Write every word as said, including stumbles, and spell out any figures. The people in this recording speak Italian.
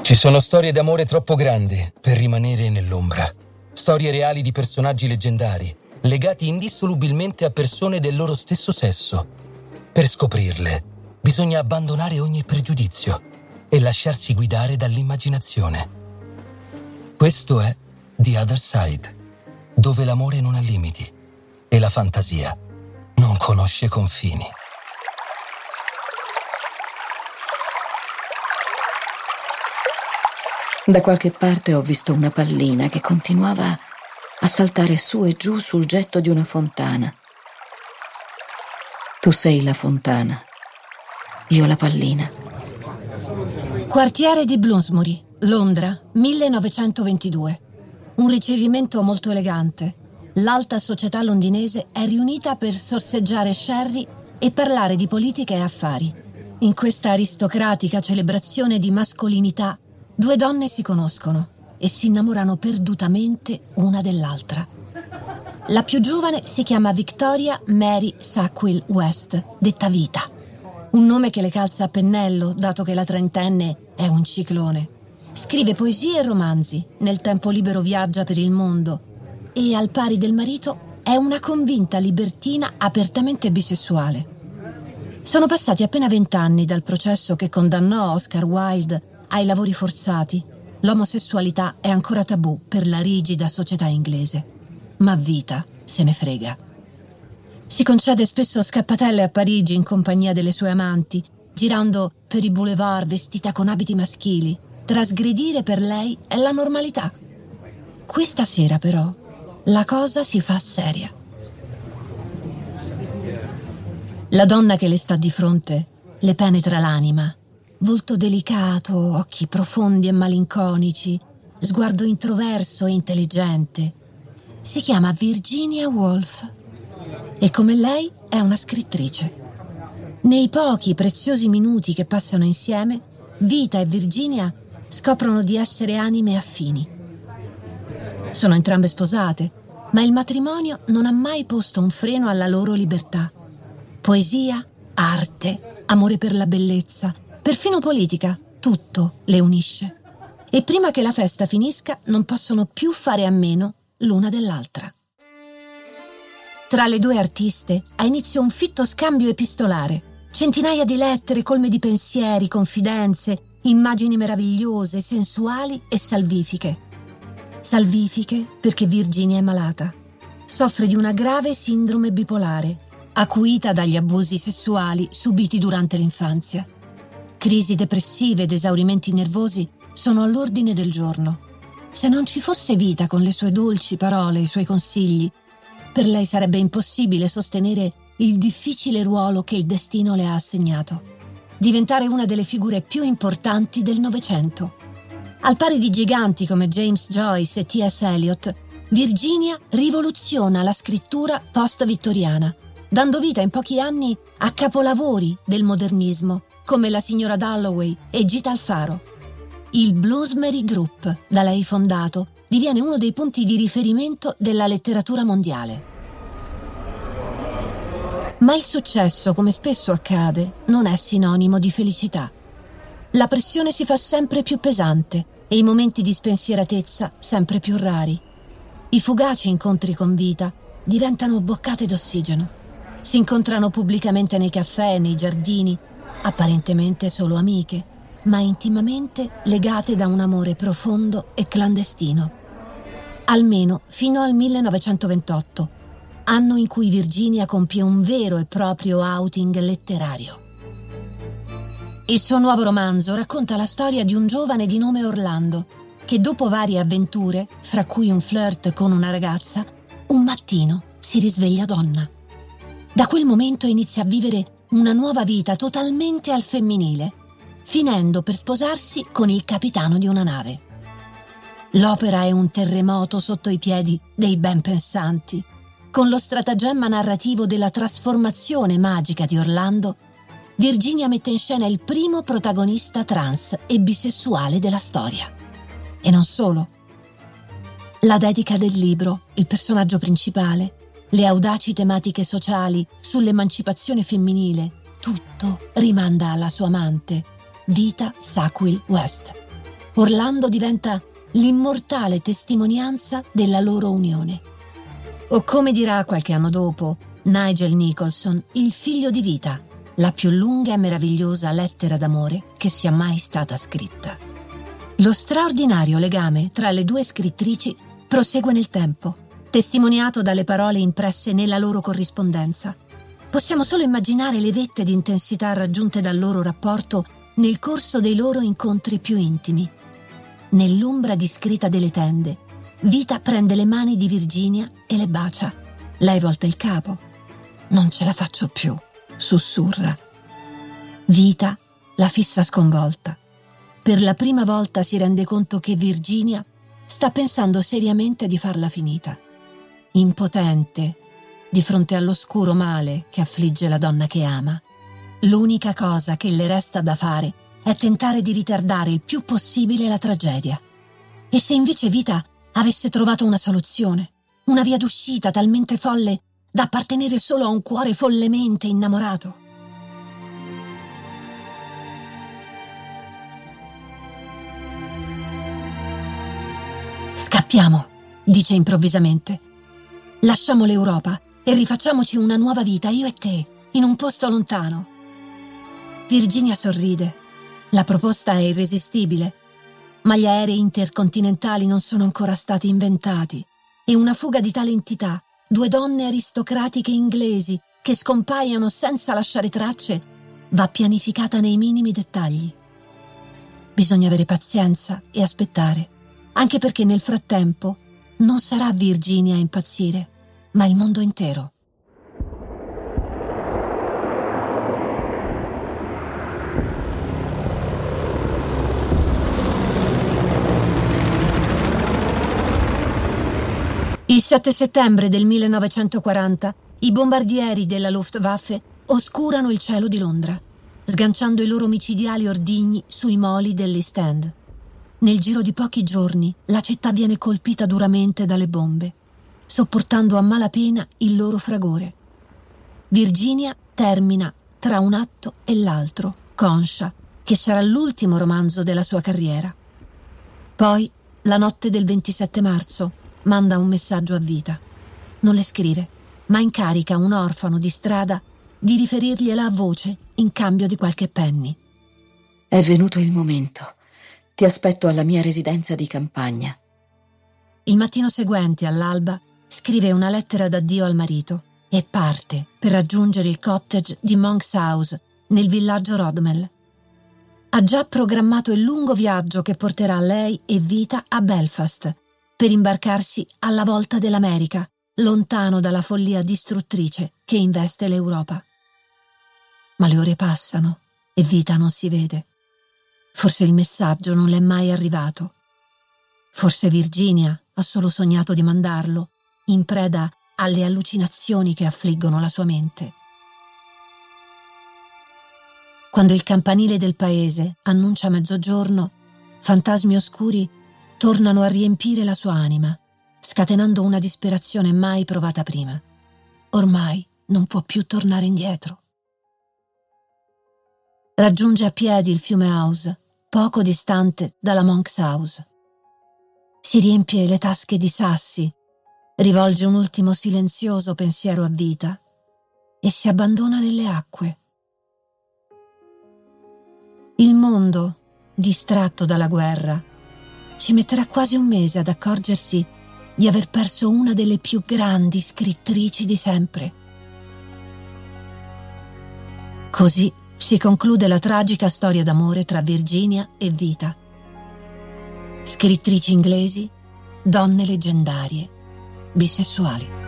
Ci sono storie d'amore troppo grandi per rimanere nell'ombra. Storie reali di personaggi leggendari, legati indissolubilmente a persone del loro stesso sesso. Per scoprirle, bisogna abbandonare ogni pregiudizio e lasciarsi guidare dall'immaginazione. Questo è The Other Side, dove l'amore non ha limiti e la fantasia non conosce confini. Da qualche parte ho visto una pallina che continuava a saltare su e giù sul getto di una fontana. Tu sei la fontana, io la pallina. Quartiere di Bloomsbury, Londra, millenovecentoventidue. Un ricevimento molto elegante. L'alta società londinese è riunita per sorseggiare sherry e parlare di politica e affari. In questa aristocratica celebrazione di mascolinità, due donne si conoscono e si innamorano perdutamente una dell'altra. La più giovane si chiama Victoria Mary Sackville West, detta Vita. Un nome che le calza a pennello, dato che la trentenne è un ciclone. Scrive poesie e romanzi, nel tempo libero viaggia per il mondo e, al pari del marito, è una convinta libertina apertamente bisessuale. Sono passati appena vent'anni dal processo che condannò Oscar Wilde ai lavori forzati. L'omosessualità è ancora tabù per la rigida società inglese, ma Vita se ne frega. Si concede spesso scappatelle a Parigi in compagnia delle sue amanti, girando per i boulevard vestita con abiti maschili. Trasgredire per lei è la normalità. Questa sera però la cosa si fa seria. La donna che le sta di fronte le penetra l'anima. Volto delicato, occhi profondi e malinconici, sguardo introverso e intelligente. Si chiama Virginia Woolf e come lei è una scrittrice. Nei pochi preziosi minuti che passano insieme, Vita e Virginia scoprono di essere anime affini. Sono entrambe sposate, ma il matrimonio non ha mai posto un freno alla loro libertà. Poesia, arte, amore per la bellezza, perfino politica, tutto le unisce. E prima che la festa finisca non possono più fare a meno l'una dell'altra. Tra le due artiste ha inizio un fitto scambio epistolare. Centinaia di lettere colme di pensieri, confidenze, immagini meravigliose, sensuali e salvifiche. Salvifiche perché Virginia è malata. Soffre di una grave sindrome bipolare, acuita dagli abusi sessuali subiti durante l'infanzia. Crisi depressive ed esaurimenti nervosi sono all'ordine del giorno. Se non ci fosse Vita con le sue dolci parole e i suoi consigli, per lei sarebbe impossibile sostenere il difficile ruolo che il destino le ha assegnato. Diventare una delle figure più importanti del Novecento. Al pari di giganti come James Joyce e T S Eliot, Virginia rivoluziona la scrittura post-vittoriana, dando vita in pochi anni a capolavori del modernismo, come La signora Dalloway e Gita Alfaro. Il Bloomsbury Group, da lei fondato, diviene uno dei punti di riferimento della letteratura mondiale. Ma il successo, come spesso accade, non è sinonimo di felicità. La pressione si fa sempre più pesante e i momenti di spensieratezza sempre più rari. I fugaci incontri con Vita diventano boccate d'ossigeno. Si incontrano pubblicamente nei caffè e nei giardini, apparentemente solo amiche, ma intimamente legate da un amore profondo e clandestino. Almeno fino al millenovecentoventotto, anno in cui Virginia compie un vero e proprio outing letterario. Il suo nuovo romanzo racconta la storia di un giovane di nome Orlando, che dopo varie avventure, fra cui un flirt con una ragazza, un mattino si risveglia donna. Da quel momento inizia a vivere una nuova vita totalmente al femminile, finendo per sposarsi con il capitano di una nave. L'opera è un terremoto sotto i piedi dei ben pensanti. Con lo stratagemma narrativo della trasformazione magica di Orlando, Virginia mette in scena il primo protagonista trans e bisessuale della storia. E non solo. La dedica del libro, il personaggio principale, le audaci tematiche sociali sull'emancipazione femminile, tutto rimanda alla sua amante, Vita Sackville West. Orlando diventa l'immortale testimonianza della loro unione. O come dirà qualche anno dopo Nigel Nicholson, il figlio di Vita, la più lunga e meravigliosa lettera d'amore che sia mai stata scritta. Lo straordinario legame tra le due scrittrici prosegue nel tempo, testimoniato dalle parole impresse nella loro corrispondenza. Possiamo solo immaginare le vette di intensità raggiunte dal loro rapporto nel corso dei loro incontri più intimi. Nell'ombra discreta delle tende, Vita prende le mani di Virginia e le bacia. Lei volta il capo. «Non ce la faccio più», sussurra. Vita la fissa sconvolta. Per la prima volta si rende conto che Virginia sta pensando seriamente di farla finita. Impotente di fronte all'oscuro male che affligge la donna che ama, l'unica cosa che le resta da fare è tentare di ritardare il più possibile la tragedia. E se invece Vita avesse trovato una soluzione, una via d'uscita talmente folle da appartenere solo a un cuore follemente innamorato? «Scappiamo», dice improvvisamente. «Lasciamo l'Europa e rifacciamoci una nuova vita, io e te, in un posto lontano». Virginia sorride. La proposta è irresistibile, ma gli aerei intercontinentali non sono ancora stati inventati e una fuga di tale entità, due donne aristocratiche inglesi che scompaiono senza lasciare tracce, va pianificata nei minimi dettagli. Bisogna avere pazienza e aspettare, anche perché nel frattempo non sarà Virginia a impazzire, ma il mondo intero. Il sette settembre del millenovecentoquaranta i bombardieri della Luftwaffe oscurano il cielo di Londra, sganciando i loro micidiali ordigni sui moli dell'East End. Nel giro di pochi giorni la città viene colpita duramente dalle bombe, sopportando a malapena il loro fragore. Virginia termina tra un atto e l'altro, conscia che sarà l'ultimo romanzo della sua carriera. Poi, la notte del ventisette marzo, manda un messaggio a Vita. Non le scrive, ma incarica un orfano di strada di riferirgliela a voce in cambio di qualche penny. È venuto il momento. Ti aspetto alla mia residenza di campagna. Il mattino seguente, all'alba, scrive una lettera d'addio al marito e parte per raggiungere il cottage di Monk's House nel villaggio Rodmell. Ha già programmato il lungo viaggio che porterà lei e Vita a Belfast per imbarcarsi alla volta dell'America, lontano dalla follia distruttrice che investe l'Europa. Ma le ore passano e Vita non si vede. Forse il messaggio non le è mai arrivato. Forse Virginia ha solo sognato di mandarlo, in preda alle allucinazioni che affliggono la sua mente. Quando il campanile del paese annuncia mezzogiorno, fantasmi oscuri tornano a riempire la sua anima, scatenando una disperazione mai provata prima. Ormai non può più tornare indietro. Raggiunge a piedi il fiume Ouse, poco distante dalla Monk's House. Si riempie le tasche di sassi, rivolge un ultimo silenzioso pensiero a Vita e si abbandona nelle acque. Il mondo, distratto dalla guerra, ci metterà quasi un mese ad accorgersi di aver perso una delle più grandi scrittrici di sempre. Così si conclude la tragica storia d'amore tra Virginia e Vita. Scrittrici inglesi, donne leggendarie, bisessuali.